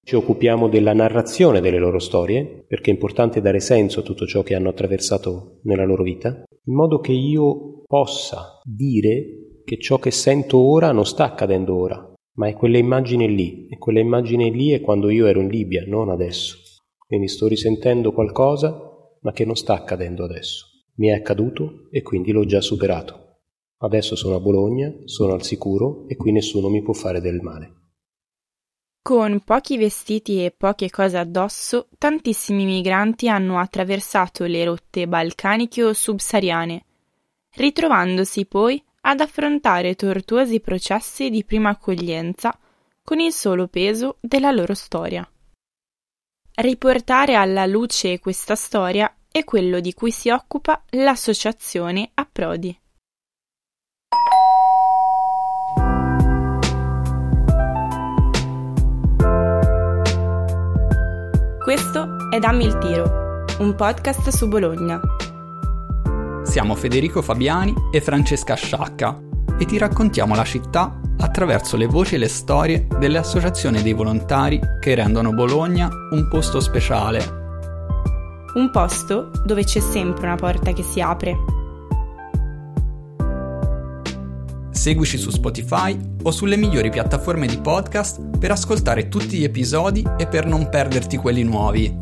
Ci occupiamo della narrazione delle loro storie, perché è importante dare senso a tutto ciò che hanno attraversato nella loro vita, in modo che io possa dire che ciò che sento ora non sta accadendo ora, ma è quella immagine lì, e quella immagine lì è quando io ero in Libia, non adesso. Quindi sto risentendo qualcosa, ma che non sta accadendo adesso. Mi è accaduto e quindi l'ho già superato. Adesso sono a Bologna, sono al sicuro e qui nessuno mi può fare del male. Con pochi vestiti e poche cose addosso, tantissimi migranti hanno attraversato le rotte balcaniche o subsahariane, ritrovandosi poi ad affrontare tortuosi processi di prima accoglienza con il solo peso della loro storia. Riportare alla luce questa storia è quello di cui si occupa l'associazione Approdi. Questo è Dammi il tiro, un podcast su Bologna. Siamo Federico Fabiani e Francesca Sciacca e ti raccontiamo la città attraverso le voci e le storie delle associazioni dei volontari che rendono Bologna un posto speciale. Un posto dove c'è sempre una porta che si apre. Seguici su Spotify o sulle migliori piattaforme di podcast per ascoltare tutti gli episodi e per non perderti quelli nuovi.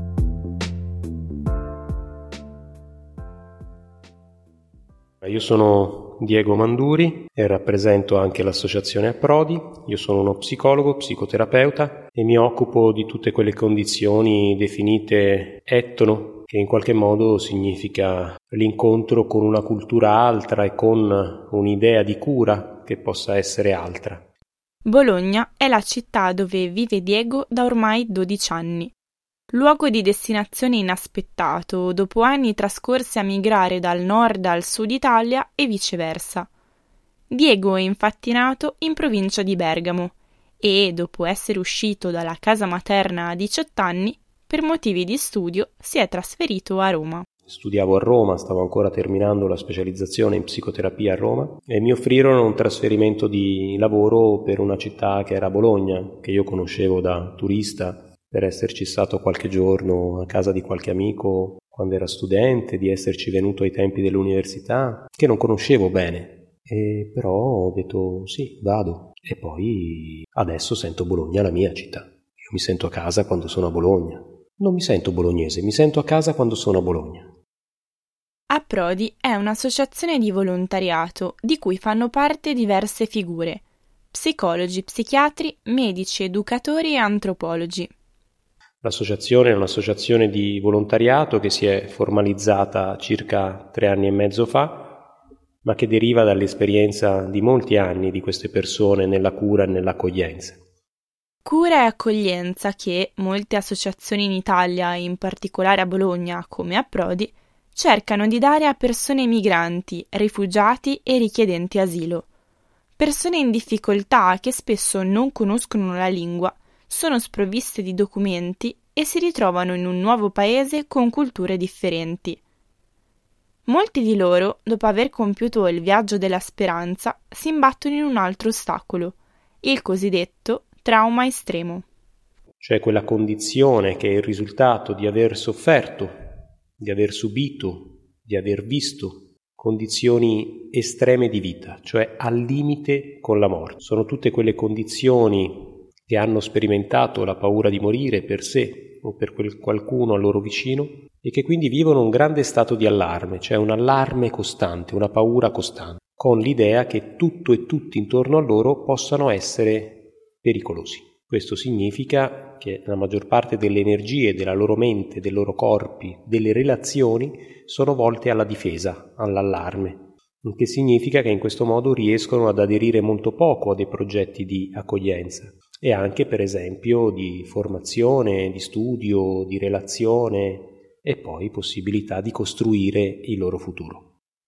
Io sono Diego Manduri e rappresento anche l'associazione Approdi. Io sono uno psicologo, psicoterapeuta e mi occupo di tutte quelle condizioni definite etno, che in qualche modo significa l'incontro con una cultura altra e con un'idea di cura che possa essere altra. Bologna è la città dove vive Diego da ormai 12 anni. Luogo di destinazione inaspettato dopo anni trascorsi a migrare dal nord al sud Italia e viceversa. Diego è infatti nato in provincia di Bergamo e, dopo essere uscito dalla casa materna a 18 anni, per motivi di studio si è trasferito a Roma. Studiavo a Roma, stavo ancora terminando la specializzazione in psicoterapia a Roma e mi offrirono un trasferimento di lavoro per una città che era Bologna, che io conoscevo da turista, per esserci stato qualche giorno a casa di qualche amico quando era studente, di esserci venuto ai tempi dell'università, che non conoscevo bene. E però ho detto sì, vado. E poi adesso sento Bologna la mia città. Io mi sento a casa quando sono a Bologna. Non mi sento bolognese, mi sento a casa quando sono a Bologna. Approdi è un'associazione di volontariato di cui fanno parte diverse figure: psicologi, psichiatri, medici, educatori e antropologi. L'associazione è un'associazione di volontariato che si è formalizzata circa 3 anni e mezzo fa, ma che deriva dall'esperienza di molti anni di queste persone nella cura e nell'accoglienza. Cura e accoglienza che molte associazioni in Italia, in particolare a Bologna, come Approdi, cercano di dare a persone migranti, rifugiati e richiedenti asilo. Persone in difficoltà che spesso non conoscono la lingua, sono sprovviste di documenti e si ritrovano in un nuovo paese con culture differenti. Molti di loro, dopo aver compiuto il viaggio della speranza, si imbattono in un altro ostacolo, il cosiddetto trauma estremo. Cioè quella condizione che è il risultato di aver sofferto, di aver subito, di aver visto condizioni estreme di vita, cioè al limite con la morte. Sono tutte quelle condizioni che hanno sperimentato la paura di morire per sé o per qualcuno a loro vicino e che quindi vivono un grande stato di allarme, cioè un allarme costante, una paura costante, con l'idea che tutto e tutti intorno a loro possano essere pericolosi. Questo significa che la maggior parte delle energie della loro mente, dei loro corpi, delle relazioni sono volte alla difesa, all'allarme, il che significa che in questo modo riescono ad aderire molto poco a dei progetti di accoglienza e anche per esempio di formazione, di studio, di relazione e poi possibilità di costruire il loro futuro.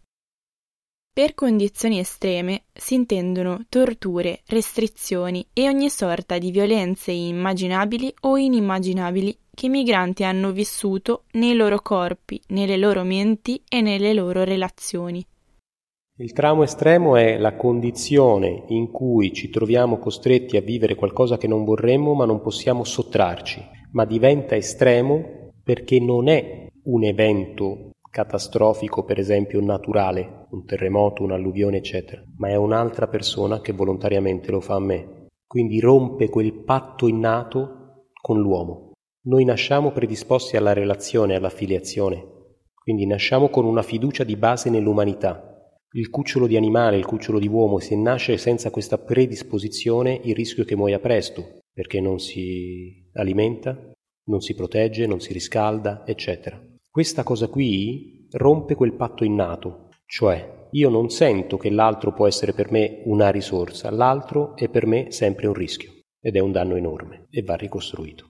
Per condizioni estreme si intendono torture, restrizioni e ogni sorta di violenze immaginabili o inimmaginabili che i migranti hanno vissuto nei loro corpi, nelle loro menti e nelle loro relazioni. Il trauma estremo è la condizione in cui ci troviamo costretti a vivere qualcosa che non vorremmo ma non possiamo sottrarci, ma diventa estremo perché non è un evento catastrofico, per esempio naturale, un terremoto, un'alluvione, eccetera, ma è un'altra persona che volontariamente lo fa a me. Quindi rompe quel patto innato con l'uomo. Noi nasciamo predisposti alla relazione, alla filiazione, quindi nasciamo con una fiducia di base nell'umanità. Il cucciolo di animale, il cucciolo di uomo, se nasce senza questa predisposizione, il rischio è che muoia presto, perché non si alimenta, non si protegge, non si riscalda, eccetera. Questa cosa qui rompe quel patto innato, cioè io non sento che l'altro può essere per me una risorsa, l'altro è per me sempre un rischio ed è un danno enorme e va ricostruito.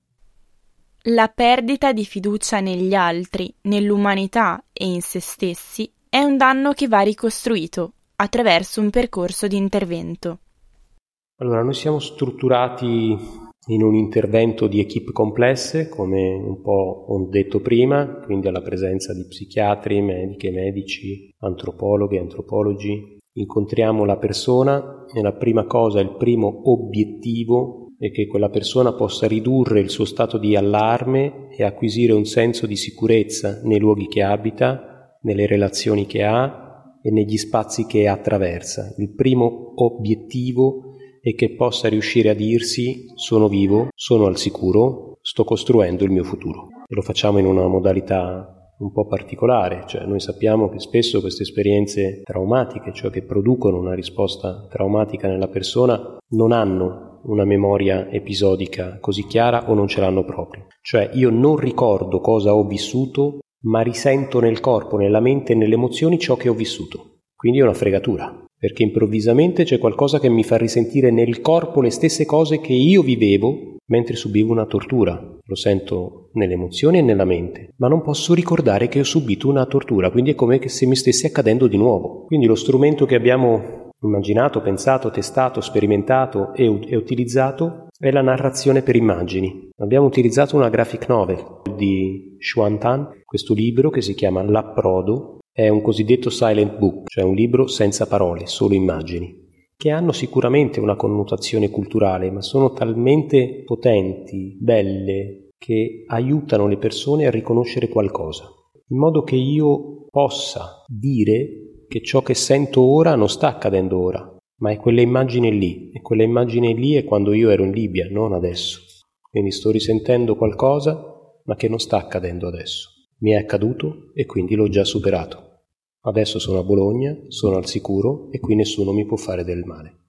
La perdita di fiducia negli altri, nell'umanità e in se stessi è un danno che va ricostruito attraverso un percorso di intervento. Allora, noi siamo strutturati in un intervento di equip complesse, come un po' ho detto prima, quindi alla presenza di psichiatri, mediche, medici, antropologhe, antropologi. Incontriamo la persona e la prima cosa, il primo obiettivo è che quella persona possa ridurre il suo stato di allarme e acquisire un senso di sicurezza nei luoghi che abita, nelle relazioni che ha e negli spazi che attraversa. Il primo obiettivo è che possa riuscire a dirsi: sono vivo, sono al sicuro, sto costruendo il mio futuro. E lo facciamo in una modalità un po' particolare, cioè noi sappiamo che spesso queste esperienze traumatiche, cioè che producono una risposta traumatica nella persona, non hanno una memoria episodica così chiara o non ce l'hanno proprio. Cioè io non ricordo cosa ho vissuto, ma risento nel corpo, nella mente e nelle emozioni ciò che ho vissuto. Quindi è una fregatura, perché improvvisamente c'è qualcosa che mi fa risentire nel corpo le stesse cose che io vivevo mentre subivo una tortura. Lo sento nelle emozioni e nella mente, ma non posso ricordare che ho subito una tortura, quindi è come se mi stesse accadendo di nuovo. Quindi lo strumento che abbiamo immaginato, pensato, testato, sperimentato e utilizzato è la narrazione per immagini. Abbiamo utilizzato una graphic novel di Xuan Tan, questo libro che si chiama L'Approdo, è un cosiddetto silent book, cioè un libro senza parole, solo immagini, che hanno sicuramente una connotazione culturale, ma sono talmente potenti, belle, che aiutano le persone a riconoscere qualcosa, in modo che io possa dire che ciò che sento ora non sta accadendo ora, ma è quella immagine lì, e quella immagine lì è quando io ero in Libia, non adesso. Quindi sto risentendo qualcosa, ma che non sta accadendo adesso. Mi è accaduto e quindi l'ho già superato. Adesso sono a Bologna, sono al sicuro e qui nessuno mi può fare del male.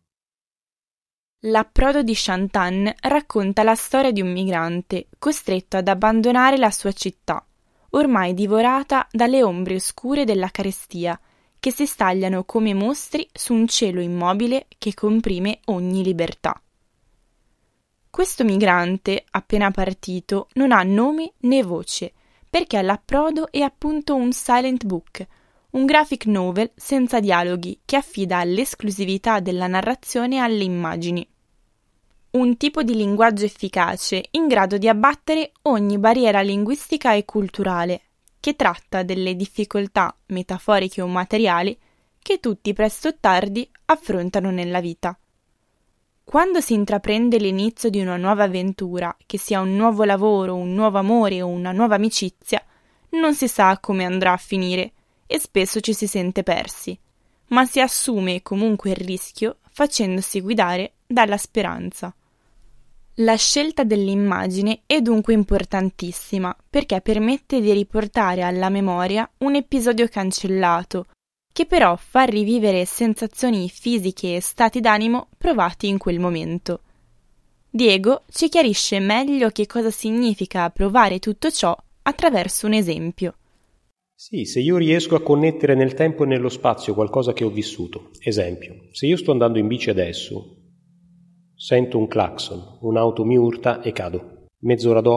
L'Approdo di Xuan Tan racconta la storia di un migrante costretto ad abbandonare la sua città, ormai divorata dalle ombre oscure della carestia, che si stagliano come mostri su un cielo immobile che comprime ogni libertà. Questo migrante, appena partito, non ha nome né voce, perché l'Approdo è appunto un silent book, un graphic novel senza dialoghi che affida l'esclusività della narrazione alle immagini. Un tipo di linguaggio efficace in grado di abbattere ogni barriera linguistica e culturale, che tratta delle difficoltà metaforiche o materiali che tutti presto o tardi affrontano nella vita. Quando si intraprende l'inizio di una nuova avventura, che sia un nuovo lavoro, un nuovo amore o una nuova amicizia, non si sa come andrà a finire e spesso ci si sente persi, ma si assume comunque il rischio facendosi guidare dalla speranza. La scelta dell'immagine è dunque importantissima perché permette di riportare alla memoria un episodio cancellato, che però fa rivivere sensazioni fisiche e stati d'animo provati in quel momento. Diego ci chiarisce meglio che cosa significa provare tutto ciò attraverso un esempio. Sì, se io riesco a connettere nel tempo e nello spazio qualcosa che ho vissuto. Esempio, se io sto andando in bici adesso, sento un clacson, un'auto mi urta e cado. Mezz'ora dopo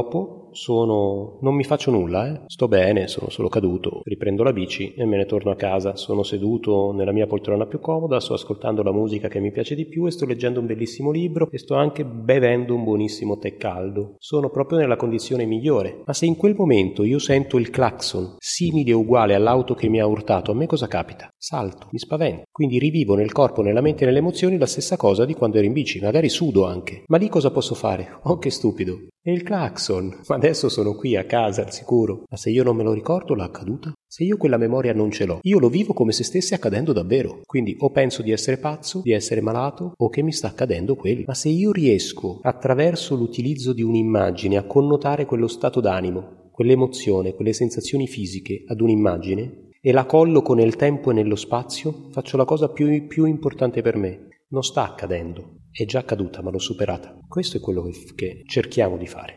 non mi faccio nulla, sto bene, sono solo caduto, riprendo la bici e me ne torno a casa, sono seduto nella mia poltrona più comoda, sto ascoltando la musica che mi piace di più e sto leggendo un bellissimo libro e sto anche bevendo un buonissimo tè caldo. Sono proprio nella condizione migliore. Ma se in quel momento io sento il clacson simile e uguale all'auto che mi ha urtato, a me cosa capita? Salto, mi spavento. Quindi rivivo nel corpo, nella mente e nelle emozioni la stessa cosa di quando ero in bici, magari sudo anche. Ma lì cosa posso fare? Oh, che stupido. È il clacson. Ma adesso sono qui a casa al sicuro. Ma se io non me lo ricordo, l'ha accaduta? Se io quella memoria non ce l'ho, io lo vivo come se stesse accadendo davvero. Quindi o penso di essere pazzo, di essere malato, o che mi sta accadendo quello. Ma se io riesco, attraverso l'utilizzo di un'immagine, a connotare quello stato d'animo, quell'emozione, quelle sensazioni fisiche ad un'immagine, e la colloco nel tempo e nello spazio, faccio la cosa più importante per me. Non sta accadendo. È già accaduta, ma l'ho superata. Questo è quello che cerchiamo di fare.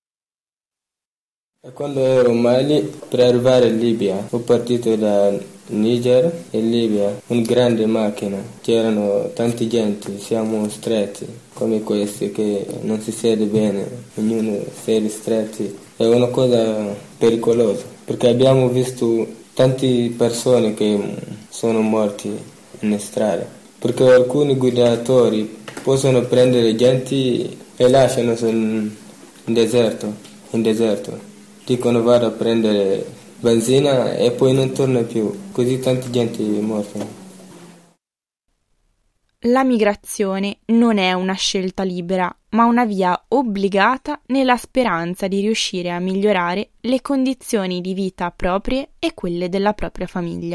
Quando ero in Mali, per arrivare in Libia, ho partito da Niger e Libia, una grande macchina. C'erano tante gente, siamo stretti, come questi che non si siede bene, ognuno siede stretti. È una cosa pericolosa, perché abbiamo visto tante persone che sono morti in strada, perché alcuni guidatori possono prendere gente e lasciano in deserto. Dicono vado a prendere benzina e poi non torna più, così tanta gente è morta. La migrazione non è una scelta libera, ma una via obbligata nella speranza di riuscire a migliorare le condizioni di vita proprie e quelle della propria famiglia.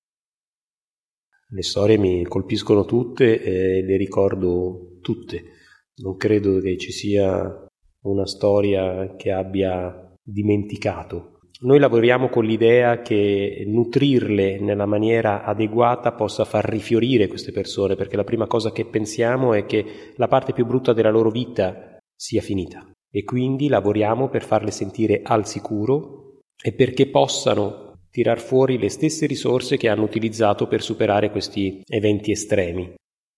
Le storie mi colpiscono tutte e le ricordo tutte. Non credo che ci sia una storia che abbia dimenticato. Noi lavoriamo con l'idea che nutrirle nella maniera adeguata possa far rifiorire queste persone, perché la prima cosa che pensiamo è che la parte più brutta della loro vita sia finita, e quindi lavoriamo per farle sentire al sicuro e perché possano tirar fuori le stesse risorse che hanno utilizzato per superare questi eventi estremi.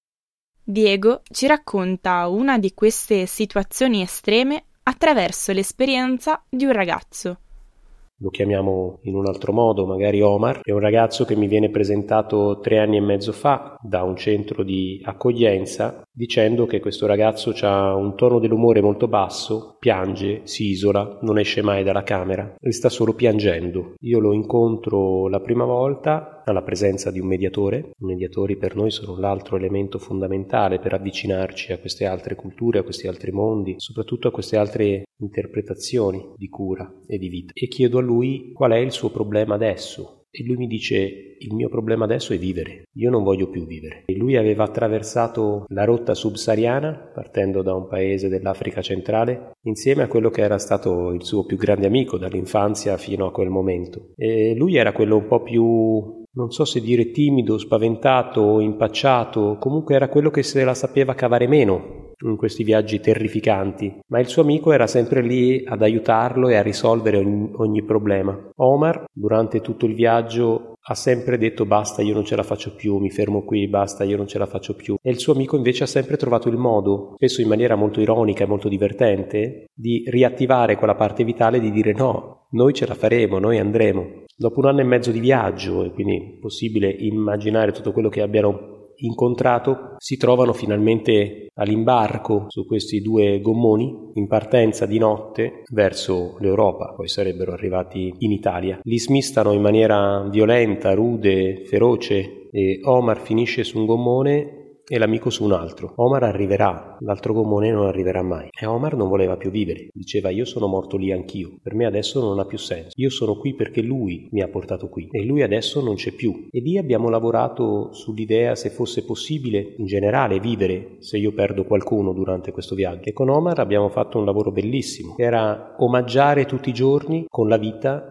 Diego ci racconta una di queste situazioni estreme attraverso l'esperienza di un ragazzo. Lo chiamiamo in un altro modo, magari Omar. È un ragazzo che mi viene presentato 3 anni e mezzo fa da un centro di accoglienza, dicendo che questo ragazzo ha un tono dell'umore molto basso, piange, si isola, non esce mai dalla camera e sta solo piangendo. Io lo incontro la prima volta alla presenza di un mediatore. I mediatori per noi sono l'altro elemento fondamentale per avvicinarci a queste altre culture, a questi altri mondi, soprattutto a queste altre interpretazioni di cura e di vita. E chiedo a lui qual è il suo problema adesso. E lui mi dice: il mio problema adesso è vivere, io non voglio più vivere. E lui aveva attraversato la rotta subsahariana partendo da un paese dell'Africa centrale insieme a quello che era stato il suo più grande amico dall'infanzia fino a quel momento. E lui era quello un po' più, non so se dire timido, spaventato, impacciato, comunque era quello che se la sapeva cavare meno in questi viaggi terrificanti, ma il suo amico era sempre lì ad aiutarlo e a risolvere ogni problema. Omar, durante tutto il viaggio, ha sempre detto: basta, io non ce la faccio più, mi fermo qui, basta, io non ce la faccio più. E il suo amico invece ha sempre trovato il modo, spesso in maniera molto ironica e molto divertente, di riattivare quella parte vitale, di dire: no, noi ce la faremo, noi andremo. Dopo 1 anno e mezzo di viaggio, e quindi è possibile immaginare tutto quello che abbiano incontrato, si trovano finalmente all'imbarco su questi 2 gommoni in partenza di notte verso l'Europa. Poi sarebbero arrivati in Italia. Li smistano in maniera violenta, rude, feroce, e Omar finisce su un gommone e l'amico su un altro. Omar arriverà, l'altro gommone non arriverà mai. E Omar non voleva più vivere. Diceva: io sono morto lì anch'io, per me adesso non ha più senso. Io sono qui perché lui mi ha portato qui e lui adesso non c'è più. E lì abbiamo lavorato sull'idea se fosse possibile in generale vivere se io perdo qualcuno durante questo viaggio. E con Omar abbiamo fatto un lavoro bellissimo, che era omaggiare tutti i giorni con la vita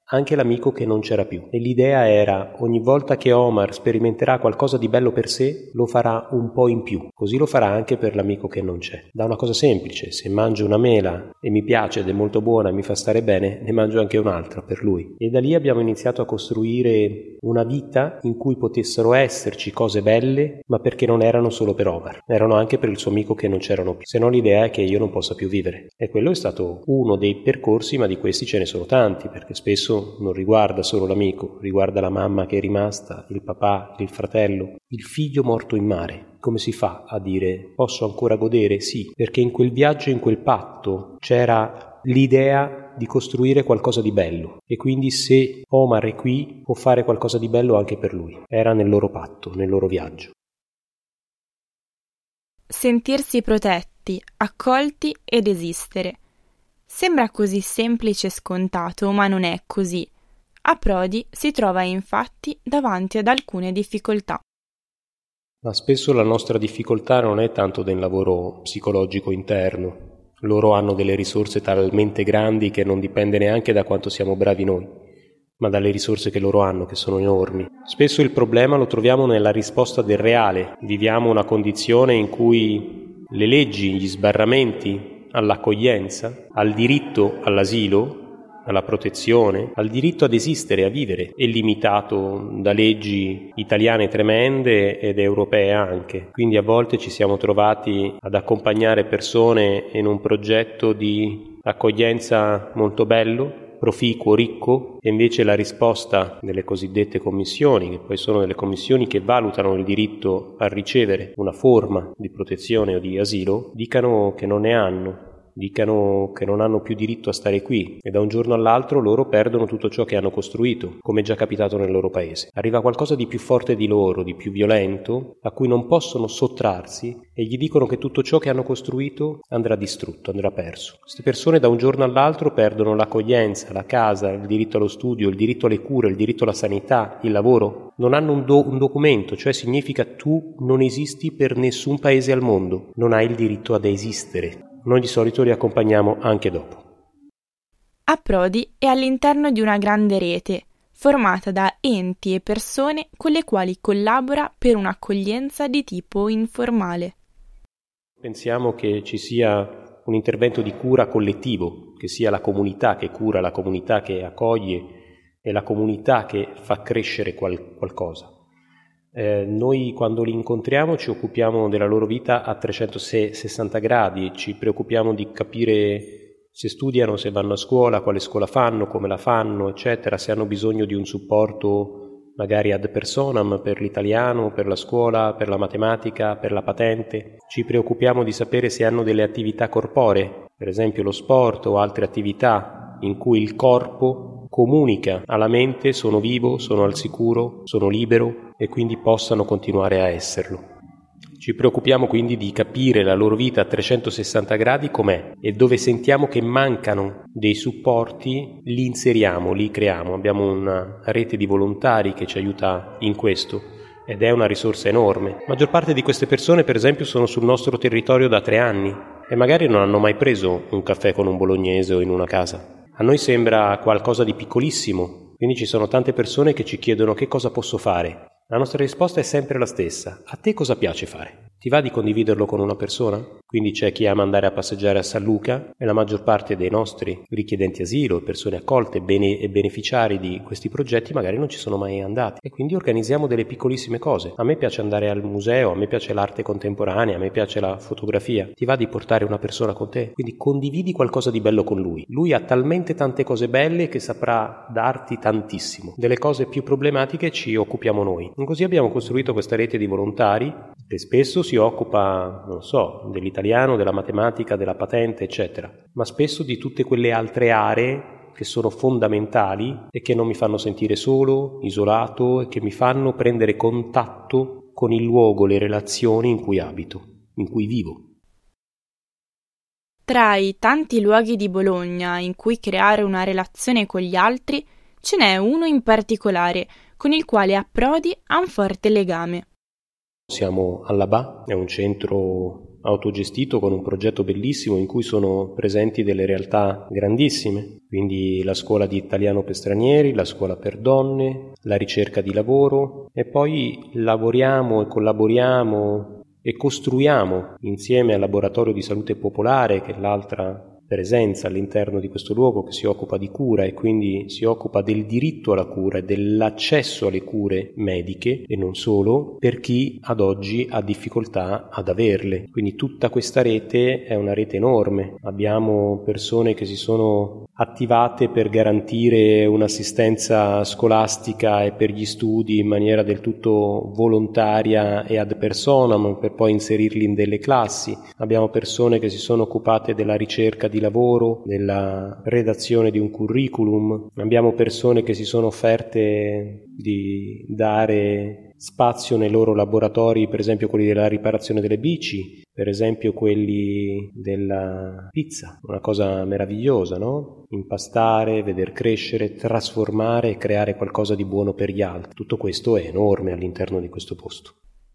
anche l'amico che non c'era più. E l'idea era, ogni volta che Omar sperimenterà qualcosa di bello per sé, lo farà un po' in più, così lo farà anche per l'amico che non c'è. Da una cosa semplice: se mangio una mela e mi piace ed è molto buona e mi fa stare bene, ne mangio anche un'altra per lui. E da lì abbiamo iniziato a costruire una vita in cui potessero esserci cose belle, ma perché non erano solo per Omar, erano anche per il suo amico che non c'erano più. Se no l'idea è che io non possa più vivere. E quello è stato uno dei percorsi, ma di questi ce ne sono tanti, perché spesso non riguarda solo l'amico, riguarda la mamma che è rimasta, il papà, il fratello, il figlio morto in mare. Come si fa a dire posso ancora godere? Sì, perché in quel viaggio, in quel patto, c'era l'idea di costruire qualcosa di bello, e quindi se Omar è qui può fare qualcosa di bello anche per lui. Era nel loro patto, nel loro viaggio. Sentirsi protetti, accolti ed esistere. Sembra così semplice e scontato, ma non è così. Prodi si trova infatti davanti ad alcune difficoltà. Ma spesso la nostra difficoltà non è tanto del lavoro psicologico interno. Loro hanno delle risorse talmente grandi che non dipende neanche da quanto siamo bravi noi, ma dalle risorse che loro hanno, che sono enormi. Spesso il problema lo troviamo nella risposta del reale. Viviamo una condizione in cui le leggi, gli sbarramenti all'accoglienza, al diritto all'asilo, alla protezione, al diritto ad esistere, a vivere, è limitato da leggi italiane tremende ed europee anche. Quindi a volte ci siamo trovati ad accompagnare persone in un progetto di accoglienza molto bello, proficuo, ricco, e invece la risposta delle cosiddette commissioni, che poi sono delle commissioni che valutano il diritto a ricevere una forma di protezione o di asilo, dicano che non ne hanno, dicano che non hanno più diritto a stare qui, e da un giorno all'altro loro perdono tutto ciò che hanno costruito, come è già capitato nel loro paese. Arriva qualcosa di più forte di loro, di più violento, a cui non possono sottrarsi, e gli dicono che tutto ciò che hanno costruito andrà distrutto, andrà perso. Queste persone da un giorno all'altro perdono l'accoglienza, la casa, il diritto allo studio, il diritto alle cure, il diritto alla sanità, il lavoro. Non hanno un documento, cioè significa tu non esisti per nessun paese al mondo, non hai il diritto ad esistere. Noi di solito li accompagniamo anche dopo. Prodi è all'interno di una grande rete, formata da enti e persone con le quali collabora per un'accoglienza di tipo informale. Pensiamo che ci sia un intervento di cura collettivo, che sia la comunità che cura, la comunità che accoglie e la comunità che fa crescere qualcosa. Noi quando li incontriamo ci occupiamo della loro vita a 360 gradi, ci preoccupiamo di capire se studiano, se vanno a scuola, quale scuola fanno, come la fanno, eccetera, se hanno bisogno di un supporto magari ad personam per l'italiano, per la scuola, per la matematica, per la patente. Ci preoccupiamo di sapere se hanno delle attività corporee, per esempio lo sport o altre attività in cui il corpo comunica alla mente: sono vivo, sono al sicuro, sono libero, e quindi possano continuare a esserlo. Ci preoccupiamo quindi di capire la loro vita a 360 gradi com'è, e dove sentiamo che mancano dei supporti li inseriamo, li creiamo. Abbiamo una rete di volontari che ci aiuta in questo ed è una risorsa enorme. La maggior parte di queste persone, per esempio, sono sul nostro territorio da 3 anni e magari non hanno mai preso un caffè con un bolognese o in una casa. A noi sembra qualcosa di piccolissimo, quindi ci sono tante persone che ci chiedono che cosa posso fare. La nostra risposta è sempre la stessa: a te cosa piace fare? Ti va di condividerlo con una persona? Quindi c'è chi ama andare a passeggiare a San Luca, e la maggior parte dei nostri richiedenti asilo, persone accolte e beneficiari di questi progetti magari non ci sono mai andati, e quindi organizziamo delle piccolissime cose. A me piace andare al museo, a me piace l'arte contemporanea, a me piace la fotografia. Ti va di portare una persona con te? Quindi condividi qualcosa di bello con lui. Lui ha talmente tante cose belle che saprà darti tantissimo. Delle cose più problematiche ci occupiamo noi. E così abbiamo costruito questa rete di volontari che spesso si occupa, non so, dell'italiano, della matematica, della patente, eccetera, ma spesso di tutte quelle altre aree che sono fondamentali e che non mi fanno sentire solo, isolato, e che mi fanno prendere contatto con il luogo, le relazioni in cui abito, in cui vivo. Tra i tanti luoghi di Bologna in cui creare una relazione con gli altri, ce n'è uno in particolare con il quale Prodi ha un forte legame. Siamo all'Aba, è un centro autogestito con un progetto bellissimo in cui sono presenti delle realtà grandissime, quindi la scuola di italiano per stranieri, la scuola per donne, la ricerca di lavoro, e poi lavoriamo e collaboriamo e costruiamo insieme al Laboratorio di Salute Popolare, che è l'altra presenza all'interno di questo luogo che si occupa di cura e quindi si occupa del diritto alla cura e dell'accesso alle cure mediche e non solo per chi ad oggi ha difficoltà ad averle. Quindi tutta questa rete è una rete enorme. Abbiamo persone che si sono attivate per garantire un'assistenza scolastica e per gli studi in maniera del tutto volontaria e ad personam per poi inserirli in delle classi. Abbiamo persone che si sono occupate della ricerca di lavoro, della redazione di un curriculum. Abbiamo persone che si sono offerte di dare spazio nei loro laboratori, per esempio quelli della riparazione delle bici, per esempio quelli della pizza, una cosa meravigliosa, no? Impastare, veder crescere, trasformare e creare qualcosa di buono per gli altri. Tutto questo è enorme all'interno di questo posto.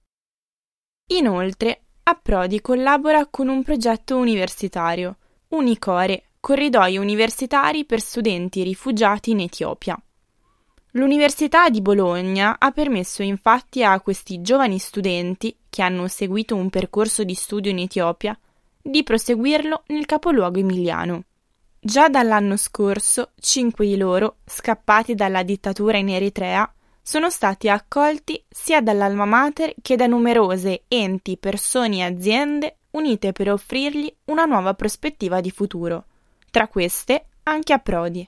Inoltre, Approdi collabora con un progetto universitario, Unicore, corridoi universitari per studenti rifugiati in Etiopia. L'Università di Bologna ha permesso infatti a questi giovani studenti, che hanno seguito un percorso di studio in Etiopia, di proseguirlo nel capoluogo emiliano. Già dall'anno scorso, 5 di loro, scappati dalla dittatura in Eritrea, sono stati accolti sia dall'Alma Mater che da numerose enti, persone e aziende unite per offrirgli una nuova prospettiva di futuro. Tra queste anche Approdi.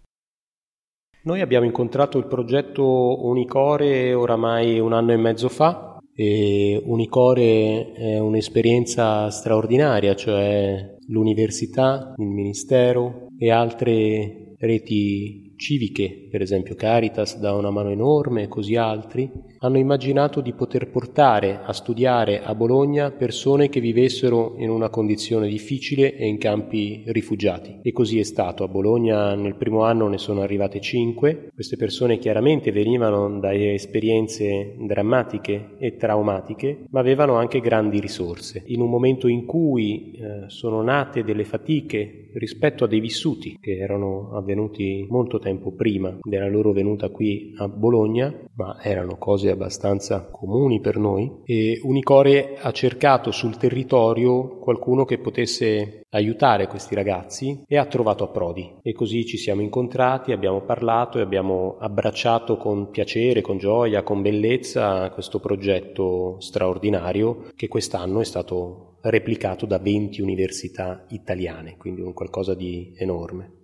Noi abbiamo incontrato il progetto Unicore oramai 1 anno e mezzo fa e Unicore è un'esperienza straordinaria, cioè l'università, il ministero e altre reti civiche, per esempio Caritas dà una mano enorme e così altri, hanno immaginato di poter portare a studiare a Bologna persone che vivessero in una condizione difficile e in campi rifugiati. E così è stato. A Bologna nel primo anno ne sono arrivate 5. Queste persone chiaramente venivano da esperienze drammatiche e traumatiche, ma avevano anche grandi risorse. In un momento in cui sono nate delle fatiche rispetto a dei vissuti che erano avvenuti molto tempo prima della loro venuta qui a Bologna, ma erano cose abbastanza comuni per noi, e Unicore ha cercato sul territorio qualcuno che potesse aiutare questi ragazzi e ha trovato Approdi. E così ci siamo incontrati, abbiamo parlato e abbiamo abbracciato con piacere, con gioia, con bellezza questo progetto straordinario che quest'anno è stato replicato da 20 università italiane, quindi un qualcosa di enorme.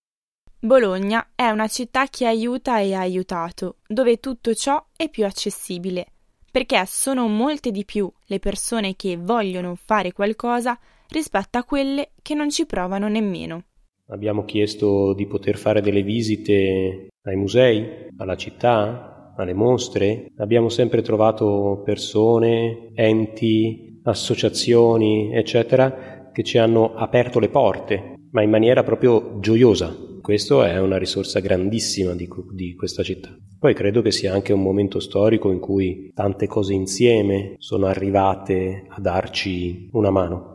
Bologna è una città che aiuta e ha aiutato, dove tutto ciò è più accessibile, perché sono molte di più le persone che vogliono fare qualcosa rispetto a quelle che non ci provano nemmeno. Abbiamo chiesto di poter fare delle visite ai musei, alla città, alle mostre. Abbiamo sempre trovato persone, enti, associazioni, eccetera, che ci hanno aperto le porte, ma in maniera proprio gioiosa. Questo è una risorsa grandissima di questa città. Poi credo che sia anche un momento storico in cui tante cose insieme sono arrivate a darci una mano.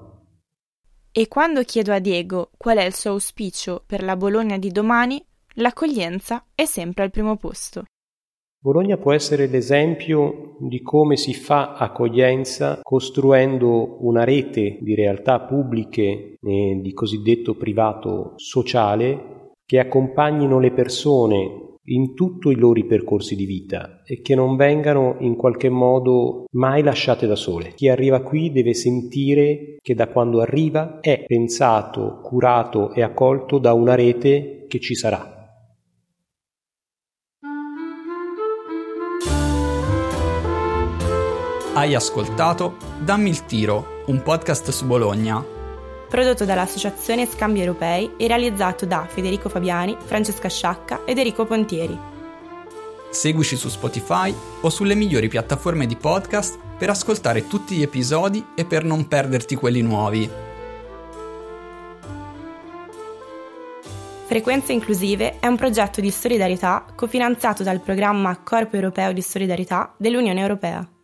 E quando chiedo a Diego qual è il suo auspicio per la Bologna di domani, l'accoglienza è sempre al primo posto. Bologna può essere l'esempio di come si fa accoglienza costruendo una rete di realtà pubbliche e di cosiddetto privato sociale che accompagnino le persone in tutti i loro percorsi di vita e che non vengano in qualche modo mai lasciate da sole. Chi arriva qui deve sentire che da quando arriva è pensato, curato e accolto da una rete che ci sarà. Hai ascoltato Dammi il tiro, un podcast su Bologna, prodotto dall'Associazione Scambi Europei e realizzato da Federico Fabiani, Francesca Sciacca ed Enrico Pontieri. Seguici su Spotify o sulle migliori piattaforme di podcast per ascoltare tutti gli episodi e per non perderti quelli nuovi. Frequenze Inclusive è un progetto di solidarietà cofinanziato dal programma Corpo Europeo di Solidarietà dell'Unione Europea.